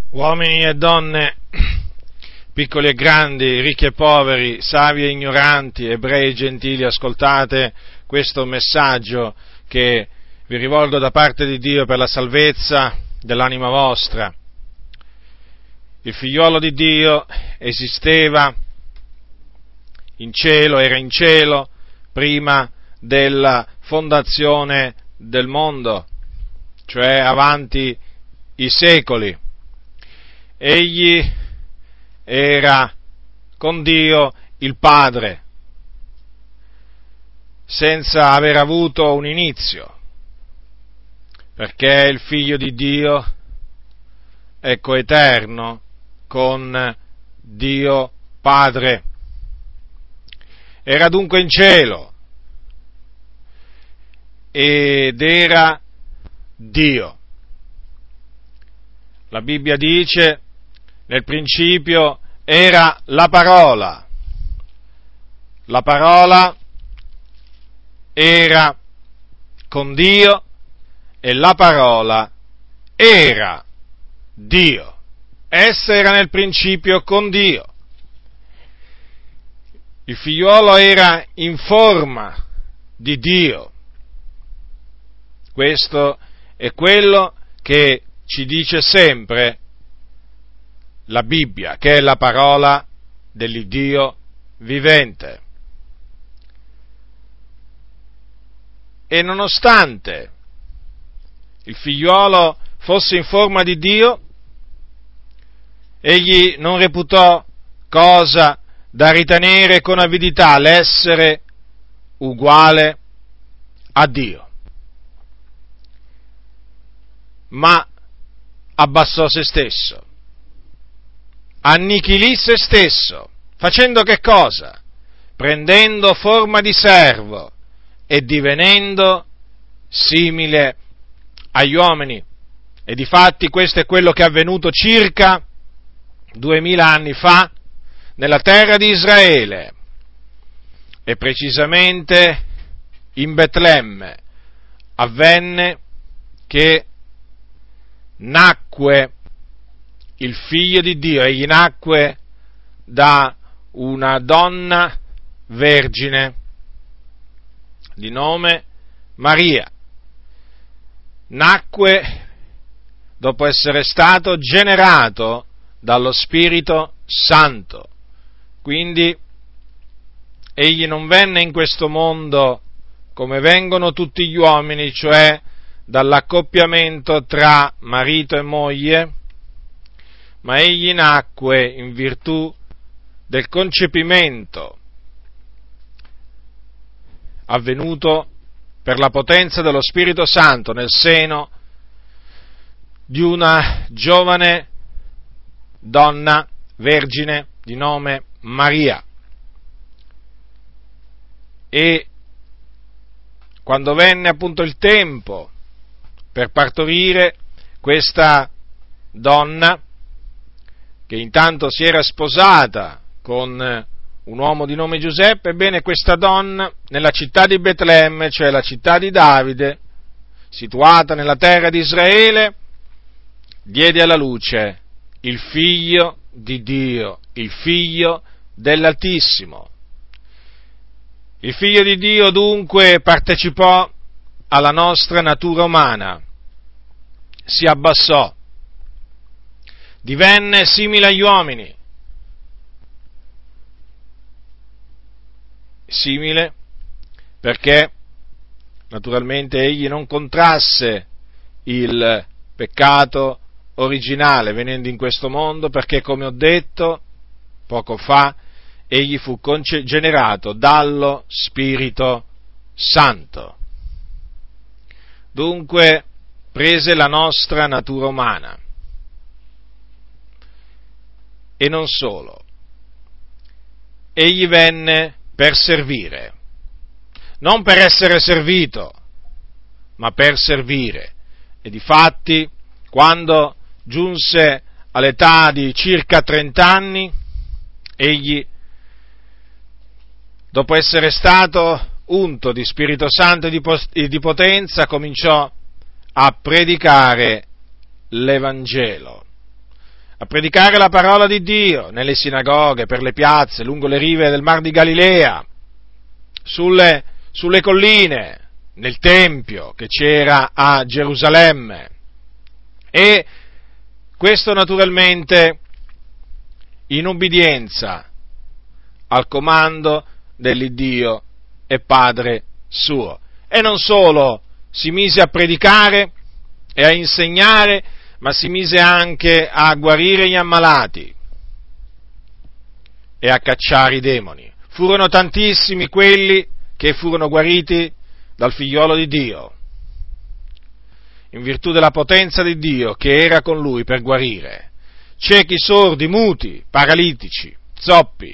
Uomini e donne, piccoli e grandi, ricchi e poveri, savi e ignoranti, ebrei e gentili, ascoltate questo messaggio che vi rivolgo da parte di Dio per la salvezza dell'anima vostra. Il figliuolo di Dio esisteva in cielo, era in cielo prima della fondazione del mondo, cioè avanti i secoli. Egli era con Dio il Padre, senza aver avuto un inizio, perché il Figlio di Dio è coeterno con Dio Padre. Era dunque in cielo ed era Dio. La Bibbia dice: nel principio era la parola era con Dio e la parola era Dio. Essa era nel principio con Dio. Il figliuolo era in forma di Dio. Questo è quello che ci dice sempre la Bibbia, che è la parola dell'Iddio vivente. E nonostante il figliuolo fosse in forma di Dio, egli non reputò cosa da ritenere con avidità l'essere uguale a Dio, ma abbassò se stesso, annichilì se stesso, facendo che cosa? Prendendo forma di servo e divenendo simile agli uomini. E difatti questo è quello che è avvenuto circa 2000 anni fa nella terra di Israele, e precisamente in Betlemme avvenne che nacque il figlio di Dio. Egli nacque da una donna vergine di nome Maria. Nacque dopo essere stato generato dallo Spirito Santo. Quindi egli non venne in questo mondo come vengono tutti gli uomini, cioè dall'accoppiamento tra marito e moglie, ma egli nacque in virtù del concepimento avvenuto per la potenza dello Spirito Santo nel seno di una giovane donna vergine di nome Maria. E quando venne appunto il tempo per partorire, questa donna, che intanto si era sposata con un uomo di nome Giuseppe, ebbene questa donna nella città di Betlemme, cioè la città di Davide, situata nella terra di Israele, diede alla luce il figlio di Dio, il figlio dell'Altissimo. Il figlio di Dio dunque partecipò alla nostra natura umana, si abbassò, divenne simile agli uomini, simile perché naturalmente egli non contrasse il peccato originale venendo in questo mondo, perché, come ho detto poco fa, egli fu generato dallo Spirito Santo. Dunque prese la nostra natura umana. E non solo, egli venne per servire, non per essere servito, ma per servire. E difatti, quando giunse all'età di circa 30 anni, egli, dopo essere stato unto di Spirito Santo e di potenza, cominciò a predicare l'Evangelo. a predicare la parola di Dio nelle sinagoghe, per le piazze, lungo le rive del Mar di Galilea, sulle colline, nel Tempio che c'era a Gerusalemme. E questo naturalmente in ubbidienza al comando dell'Iddio e Padre suo. E non solo si mise a predicare e a insegnare, ma si mise anche a guarire gli ammalati e a cacciare i demoni. Furono tantissimi quelli che furono guariti dal figliolo di Dio, in virtù della potenza di Dio che era con lui per guarire. Ciechi, sordi, muti, paralitici, zoppi,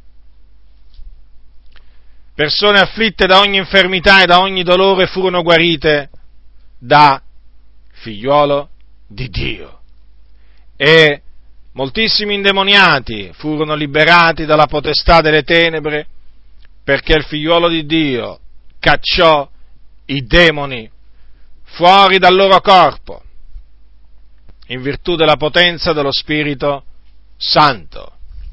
persone afflitte da ogni infermità e da ogni dolore furono guarite da figliuolo di Dio. E moltissimi indemoniati furono liberati dalla potestà delle tenebre, perché il figliuolo di Dio cacciò i demoni fuori dal loro corpo, in virtù della potenza dello Spirito Santo.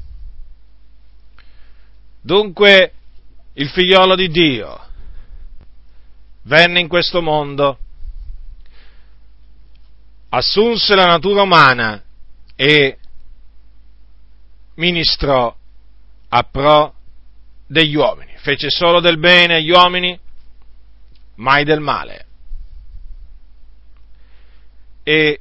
Dunque, il figliolo di Dio venne in questo mondo, assunse la natura umana e ministrò a pro degli uomini. Fece solo del bene agli uomini, mai del male. E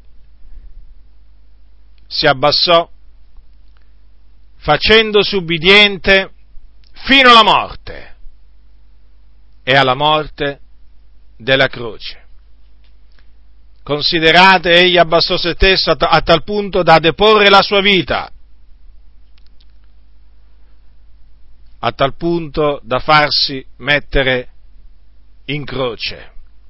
si abbassò, facendosi ubbidiente fino alla morte, e alla morte della croce. Considerate, egli abbassò se stesso a tal punto da deporre la sua vita, a tal punto da farsi mettere in croce.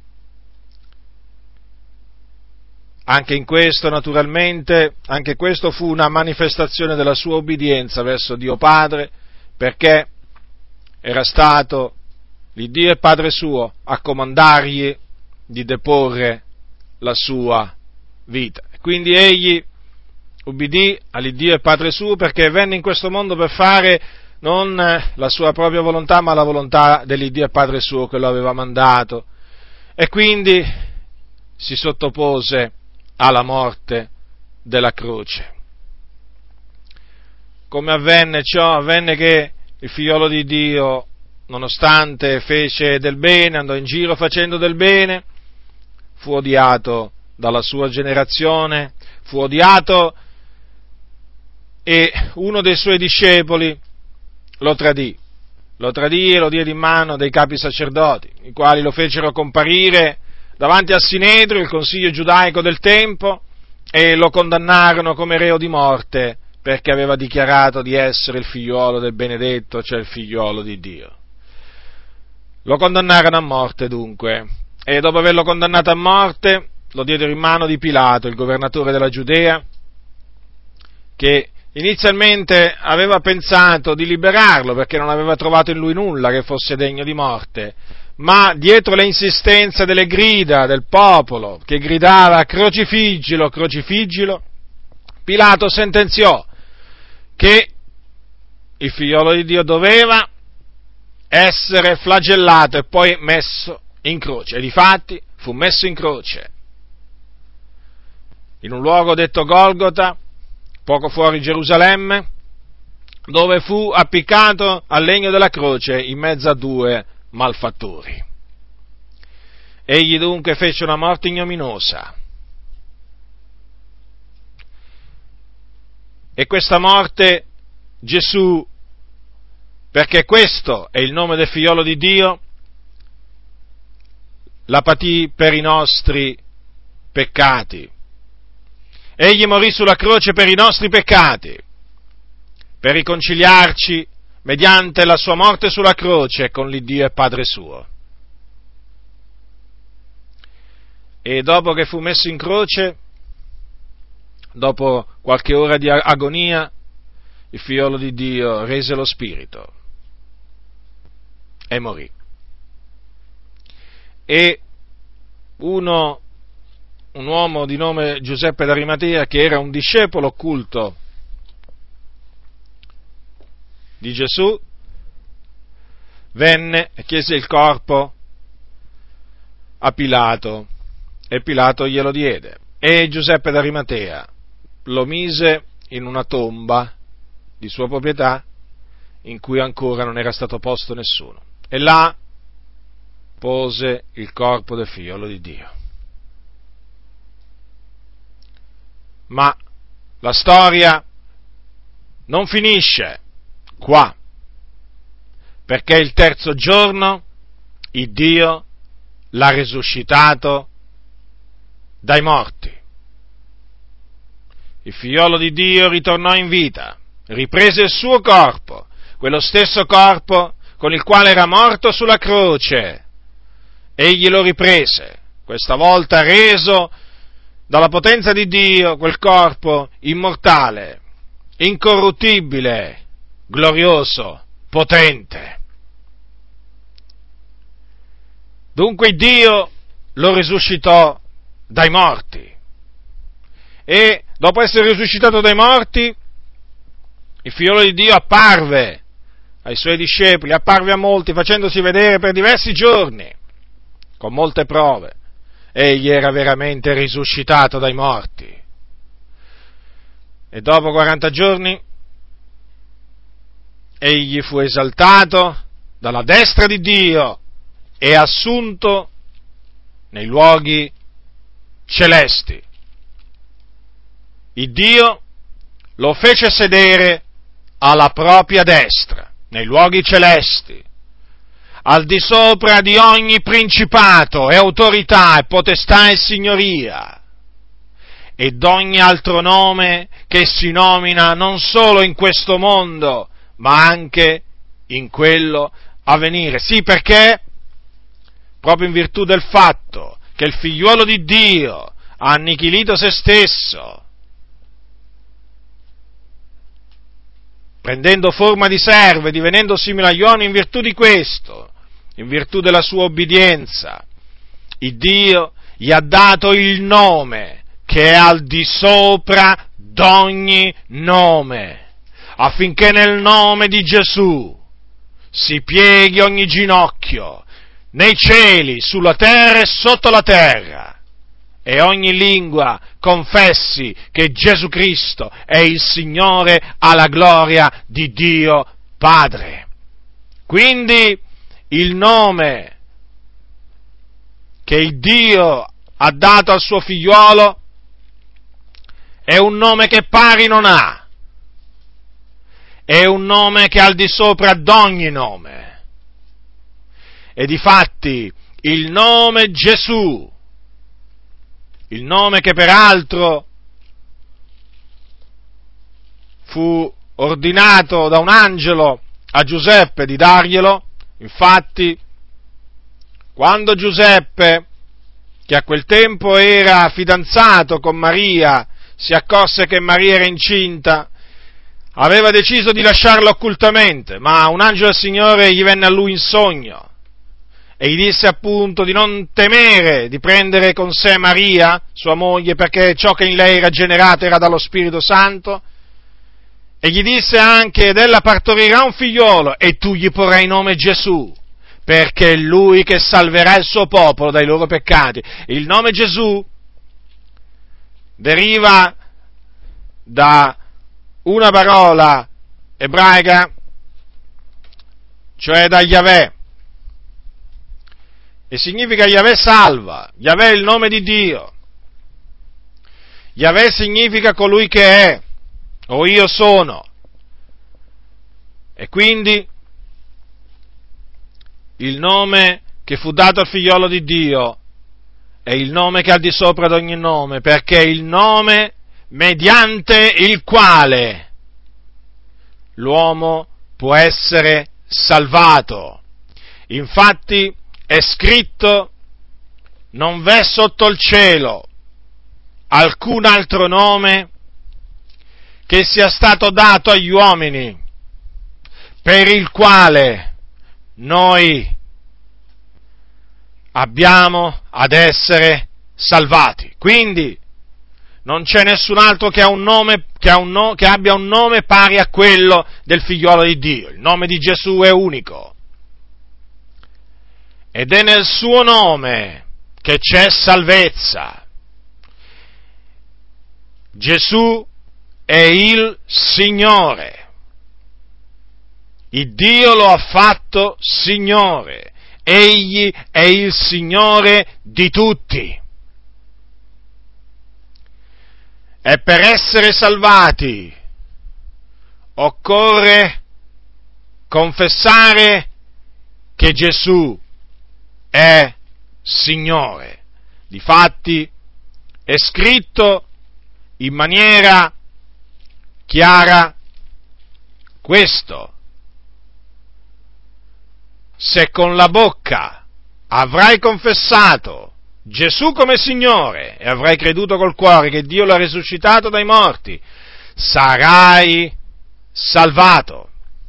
Anche in questo, naturalmente, anche questo fu una manifestazione della sua obbedienza verso Dio Padre, perché era stato l'Iddio e Padre suo a comandargli di deporre la sua vita. Quindi egli ubbidì all'Iddio e Padre suo, perché venne in questo mondo per fare non la sua propria volontà, ma la volontà dell'Iddio e Padre suo che lo aveva mandato. E quindi si sottopose alla morte della croce. Come avvenne ciò? Avvenne che il figliolo di Dio, nonostante fece del bene, andò in giro facendo del bene, fu odiato dalla sua generazione, fu odiato, e uno dei suoi discepoli lo tradì e lo diede in mano dei capi sacerdoti, i quali lo fecero comparire davanti al Sinedrio, il consiglio giudaico del tempo, e lo condannarono come reo di morte, perché aveva dichiarato di essere il figliuolo del benedetto, cioè il figliuolo di Dio. Lo condannarono a morte dunque, e dopo averlo condannato a morte lo diedero in mano di Pilato, il governatore della Giudea, che inizialmente aveva pensato di liberarlo perché non aveva trovato in lui nulla che fosse degno di morte, ma dietro le insistenze delle grida del popolo che gridava crocifiggilo, crocifiggilo, Pilato sentenziò che il figliolo di Dio doveva essere flagellato e poi messo in croce. E difatti fu messo in croce in un luogo detto Golgota, poco fuori Gerusalemme, dove fu appiccato al legno della croce in mezzo a due malfattori. Egli dunque fece una morte ignominiosa, e questa morte Gesù, perché questo è il nome del figliolo di Dio, la patì per i nostri peccati. Egli morì sulla croce per i nostri peccati, per riconciliarci mediante la sua morte sulla croce con l'Iddio e Padre suo. E dopo che fu messo in croce, dopo qualche ora di agonia, il figliolo di Dio rese lo spirito e morì. E uno un uomo di nome Giuseppe d'Arimatea, che era un discepolo occulto di Gesù, venne e chiese il corpo a Pilato, e Pilato glielo diede, e Giuseppe d'Arimatea lo mise in una tomba di sua proprietà, in cui ancora non era stato posto nessuno, e là pose il corpo del figliolo di Dio. Ma la storia non finisce qua, perché il terzo giorno il Dio l'ha risuscitato dai morti. Il figliolo di Dio ritornò in vita, riprese il suo corpo, quello stesso corpo con il quale era morto sulla croce. Egli lo riprese, questa volta reso dalla potenza di Dio quel corpo immortale, incorruttibile, glorioso, potente. Dunque Dio lo risuscitò dai morti, e dopo essere risuscitato dai morti, il figliolo di Dio apparve ai suoi discepoli, apparve a molti, facendosi vedere per diversi giorni, con molte prove. Egli era veramente risuscitato dai morti. E dopo 40 giorni egli fu esaltato dalla destra di Dio e assunto nei luoghi celesti. Il Dio lo fece sedere alla propria destra, nei luoghi celesti, al di sopra di ogni principato e autorità e potestà e signoria, e d'ogni altro nome che si nomina non solo in questo mondo, ma anche in quello a venire. Sì, perché proprio in virtù del fatto che il figliuolo di Dio ha annichilito se stesso, prendendo forma di servo e divenendo simile agli uomini, in virtù di questo, in virtù della sua obbedienza, il Dio gli ha dato il nome che è al di sopra d'ogni nome, affinché nel nome di Gesù si pieghi ogni ginocchio, nei cieli, sulla terra e sotto la terra, e ogni lingua confessi che Gesù Cristo è il Signore, alla gloria di Dio Padre. Quindi il nome che il Dio ha dato al suo figliuolo è un nome che pari non ha, è un nome che è al di sopra d'ogni nome. E difatti il nome Gesù, il nome che peraltro fu ordinato da un angelo a Giuseppe di darglielo, infatti, quando Giuseppe, che a quel tempo era fidanzato con Maria, si accorse che Maria era incinta, aveva deciso di lasciarla occultamente, ma un angelo del Signore gli venne a lui in sogno e gli disse appunto di non temere di prendere con sé Maria, sua moglie, perché ciò che in lei era generato era dallo Spirito Santo, e gli disse anche: ed ella partorirà un figliolo e tu gli porrai nome Gesù, perché è lui che salverà il suo popolo dai loro peccati. Il nome Gesù deriva da una parola ebraica, cioè da Yahweh, e significa Yahweh salva. Yahweh è il nome di Dio. Yahweh significa colui che è, o io sono. E quindi il nome che fu dato al figliolo di Dio è il nome che è al di sopra di ogni nome, perché è il nome mediante il quale l'uomo può essere salvato. Infatti è scritto: non v'è sotto il cielo alcun altro nome che sia stato dato agli uomini per il quale noi abbiamo ad essere salvati. Quindi non c'è nessun altro che abbia un nome pari a quello del figliolo di Dio. Il nome di Gesù è unico. Ed è nel suo nome che c'è salvezza. Gesù è il Signore. Il Dio lo ha fatto Signore. Egli è il Signore di tutti. E per essere salvati occorre confessare che Gesù è Signore. Difatti è scritto in maniera chiara questo: se con la bocca avrai confessato Gesù come Signore e avrai creduto col cuore che Dio l'ha risuscitato dai morti, sarai salvato.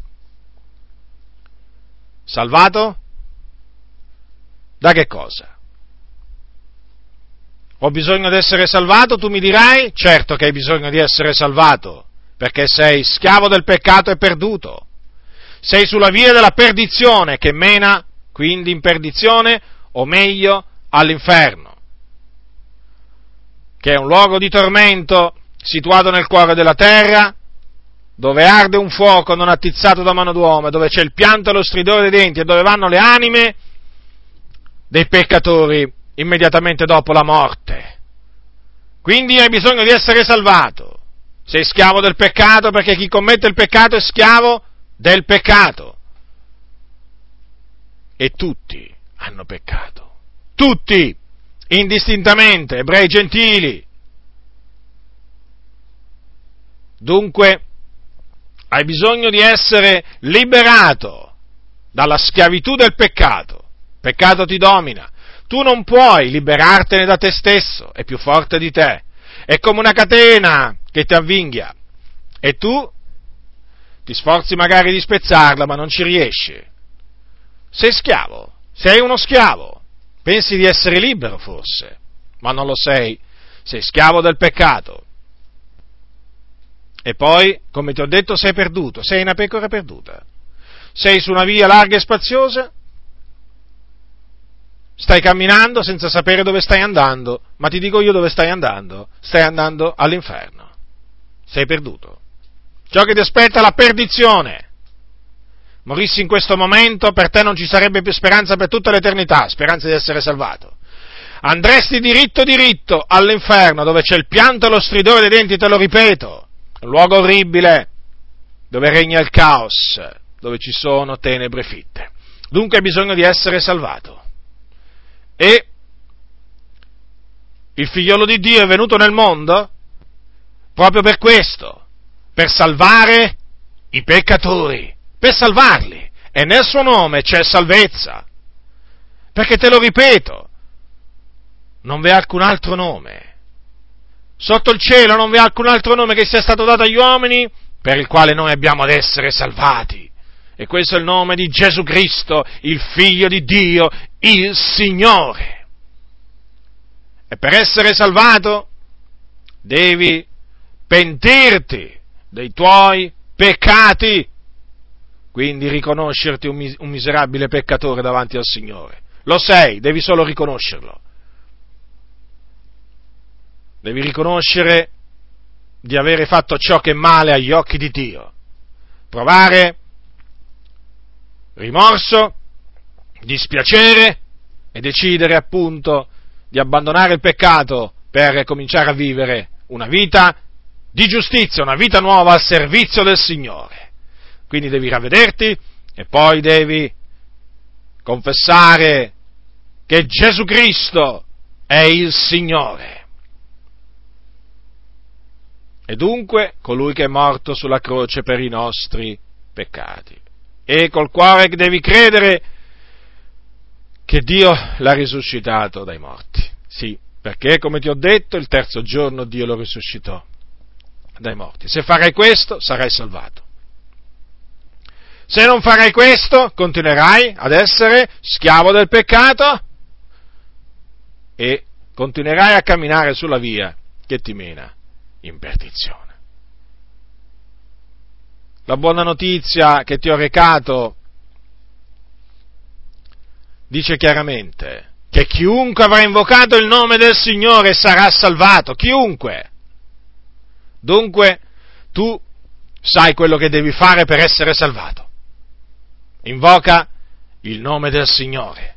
Salvato? Da che cosa? Ho bisogno di essere salvato? Tu mi dirai? Certo che hai bisogno di essere salvato, perché sei schiavo del peccato e perduto. Sei sulla via della perdizione, che mena quindi in perdizione, o meglio all'inferno, che è un luogo di tormento situato nel cuore della terra, dove arde un fuoco non attizzato da mano d'uomo, dove c'è il pianto e lo stridore dei denti, e dove vanno le anime dei peccatori immediatamente dopo la morte. Quindi hai bisogno di essere salvato. Sei schiavo del peccato, perché chi commette il peccato è schiavo del peccato. E tutti hanno peccato. Tutti, indistintamente, ebrei, gentili. Dunque, hai bisogno di essere liberato dalla schiavitù del peccato. Il peccato ti domina. Tu non puoi liberartene da te stesso, è più forte di te. È come una catena che ti avvinghia. E tu ti sforzi magari di spezzarla, ma non ci riesci. Sei schiavo, sei uno schiavo. Pensi di essere libero forse, ma non lo sei. Sei schiavo del peccato. E poi, come ti ho detto, sei perduto, sei una pecora perduta. Sei su una via larga e spaziosa, stai camminando senza sapere dove stai andando, ma ti dico io dove stai andando all'inferno. Sei perduto. Ciò che ti aspetta è la perdizione. Morissi in questo momento, per te non ci sarebbe più speranza per tutta l'eternità, speranza di essere salvato. Andresti diritto all'inferno, dove c'è il pianto e lo stridore dei denti, te lo ripeto, un luogo orribile, dove regna il caos, dove ci sono tenebre fitte. Dunque hai bisogno di essere salvato. E il figliolo di Dio è venuto nel mondo proprio per questo, per salvare i peccatori, per salvarli, e nel suo nome c'è salvezza, perché te lo ripeto, non v'è alcun altro nome, sotto il cielo non v'è alcun altro nome che sia stato dato agli uomini per il quale noi abbiamo ad essere salvati, e questo è il nome di Gesù Cristo, il Figlio di Dio, il Signore. E per essere salvato devi pentirti dei tuoi peccati, quindi riconoscerti un miserabile peccatore davanti al Signore. Lo sei, devi solo riconoscerlo. Devi riconoscere di avere fatto ciò che è male agli occhi di Dio. Provare rimorso, dispiacere e decidere appunto di abbandonare il peccato per cominciare a vivere una vita di giustizia, una vita nuova al servizio del Signore. Quindi devi ravvederti e poi devi confessare che Gesù Cristo è il Signore. E dunque colui che è morto sulla croce per i nostri peccati. E col cuore devi credere che Dio l'ha risuscitato dai morti. Sì, perché come ti ho detto, il terzo giorno Dio lo risuscitò dai morti. Se farai questo, sarai salvato. Se non farai questo, continuerai ad essere schiavo del peccato e continuerai a camminare sulla via che ti mena in perdizione. La buona notizia che ti ho recato dice chiaramente che chiunque avrà invocato il nome del Signore sarà salvato, chiunque. Dunque, tu sai quello che devi fare per essere salvato. Invoca il nome del Signore.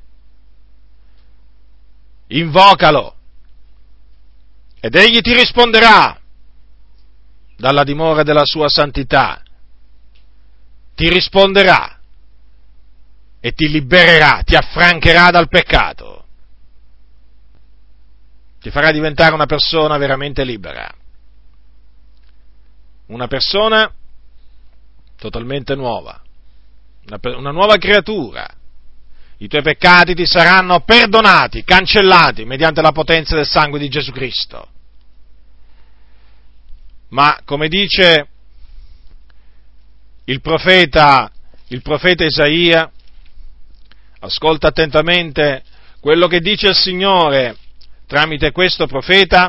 Invocalo. Ed Egli ti risponderà dalla dimora della sua santità. Ti risponderà e ti libererà, ti affrancherà dal peccato. Ti farà diventare una persona veramente libera. Una persona totalmente nuova, una nuova creatura. I tuoi peccati ti saranno perdonati, cancellati mediante la potenza del sangue di Gesù Cristo. Ma come dice il profeta Isaia, ascolta attentamente quello che dice il Signore tramite questo profeta: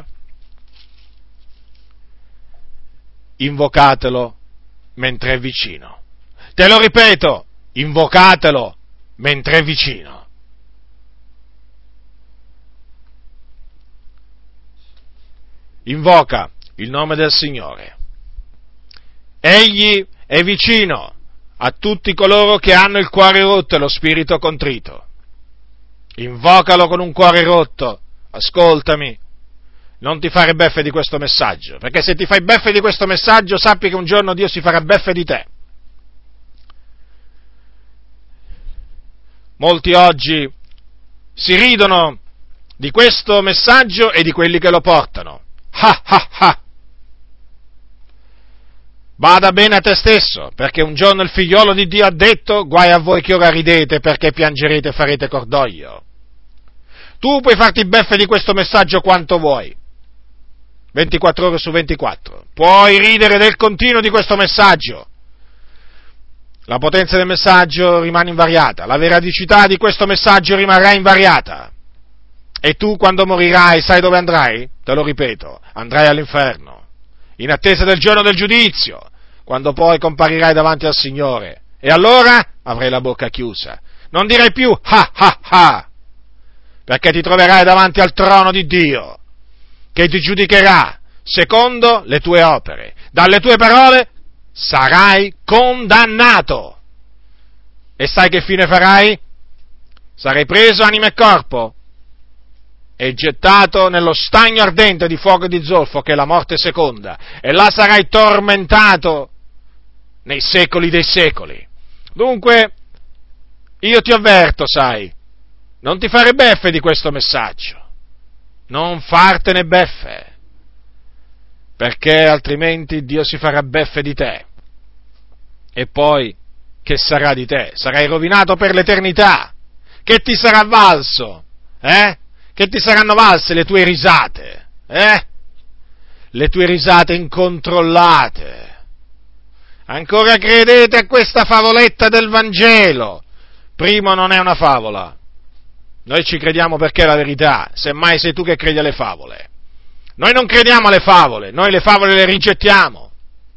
invocatelo mentre è vicino. Te lo ripeto, invocatelo mentre è vicino. Invoca il nome del Signore. Egli è vicino a tutti coloro che hanno il cuore rotto e lo spirito contrito. Invocalo con un cuore rotto. Ascoltami, non ti fare beffe di questo messaggio, perché se ti fai beffe di questo messaggio sappi che un giorno Dio si farà beffe di te. Molti oggi si ridono di questo messaggio e di quelli che lo portano. Ha ha ha! Bada bene a te stesso, perché un giorno il figliolo di Dio ha detto: guai a voi che ora ridete, perché piangerete e farete cordoglio. Tu puoi farti beffe di questo messaggio quanto vuoi, 24 ore su 24. Puoi ridere del continuo di questo messaggio. La potenza del messaggio rimane invariata, la veridicità di questo messaggio rimarrà invariata. E tu, quando morirai, sai dove andrai? Te lo ripeto, andrai all'inferno, in attesa del giorno del giudizio, quando poi comparirai davanti al Signore. E allora avrai la bocca chiusa. Non dirai più ha ha ha, perché ti troverai davanti al trono di Dio, che ti giudicherà secondo le tue opere. Dalle tue parole sarai condannato. E sai che fine farai? Sarai preso anima e corpo e gettato nello stagno ardente di fuoco e di zolfo, che è la morte seconda, e là sarai tormentato nei secoli dei secoli. Dunque, io ti avverto, sai, non ti fare beffe di questo messaggio, non fartene beffe, perché altrimenti Dio si farà beffe di te, e poi che sarà di te? Sarai rovinato per l'eternità. Che ti sarà valso? Che ti saranno valse le tue risate? Le tue risate incontrollate. Ancora credete a questa favoletta del Vangelo? Primo, non è una favola. Noi ci crediamo perché è la verità, semmai sei tu che credi alle favole. Noi non crediamo alle favole, noi le favole le rigettiamo.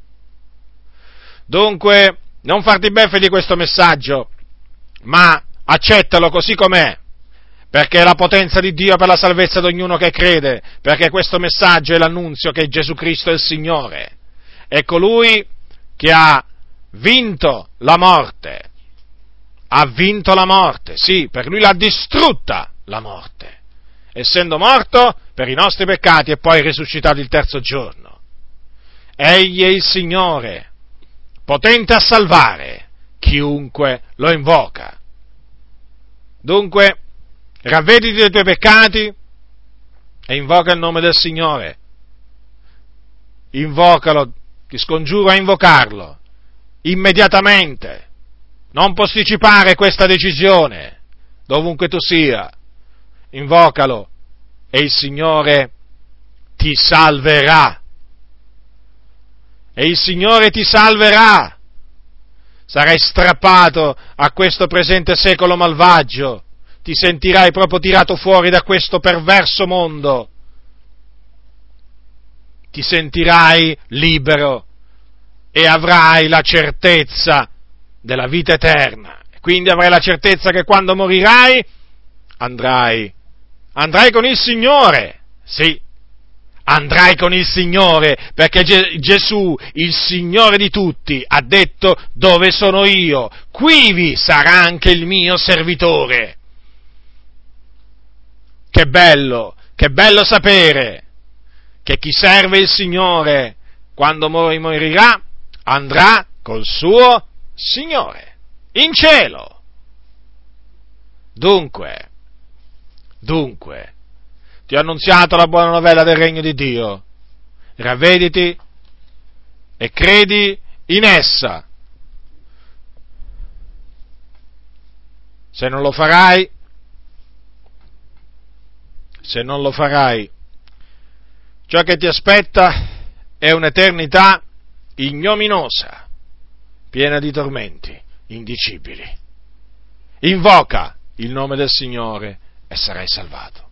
Dunque, non farti beffe di questo messaggio, ma accettalo così com'è, perché è la potenza di Dio per la salvezza di ognuno che crede, perché questo messaggio è l'annunzio che Gesù Cristo è il Signore, è colui che ha vinto la morte. Ha vinto la morte, sì, perché lui l'ha distrutta la morte, essendo morto per i nostri peccati e poi risuscitato il terzo giorno. Egli è il Signore, potente a salvare chiunque lo invoca. Dunque, ravvediti dei tuoi peccati e invoca il nome del Signore. Invocalo, ti scongiuro a invocarlo immediatamente. Non posticipare questa decisione, dovunque tu sia. Invocalo e il Signore ti salverà. E il Signore ti salverà. Sarai strappato a questo presente secolo malvagio. ti sentirai proprio tirato fuori da questo perverso mondo, ti sentirai libero e avrai la certezza della vita eterna. Quindi avrai la certezza che quando morirai andrai con il Signore, sì, andrai con il Signore, perché Gesù, il Signore di tutti, ha detto: dove sono io, quivi sarà anche il mio servitore. Che bello sapere che chi serve il Signore, quando morirà, andrà col suo Signore in cielo. Dunque, ti ho annunziato la buona novella del regno di Dio. Ravvediti e credi in essa. Se non lo farai, ciò che ti aspetta è un'eternità ignominosa, piena di tormenti indicibili. Invoca il nome del Signore e sarai salvato.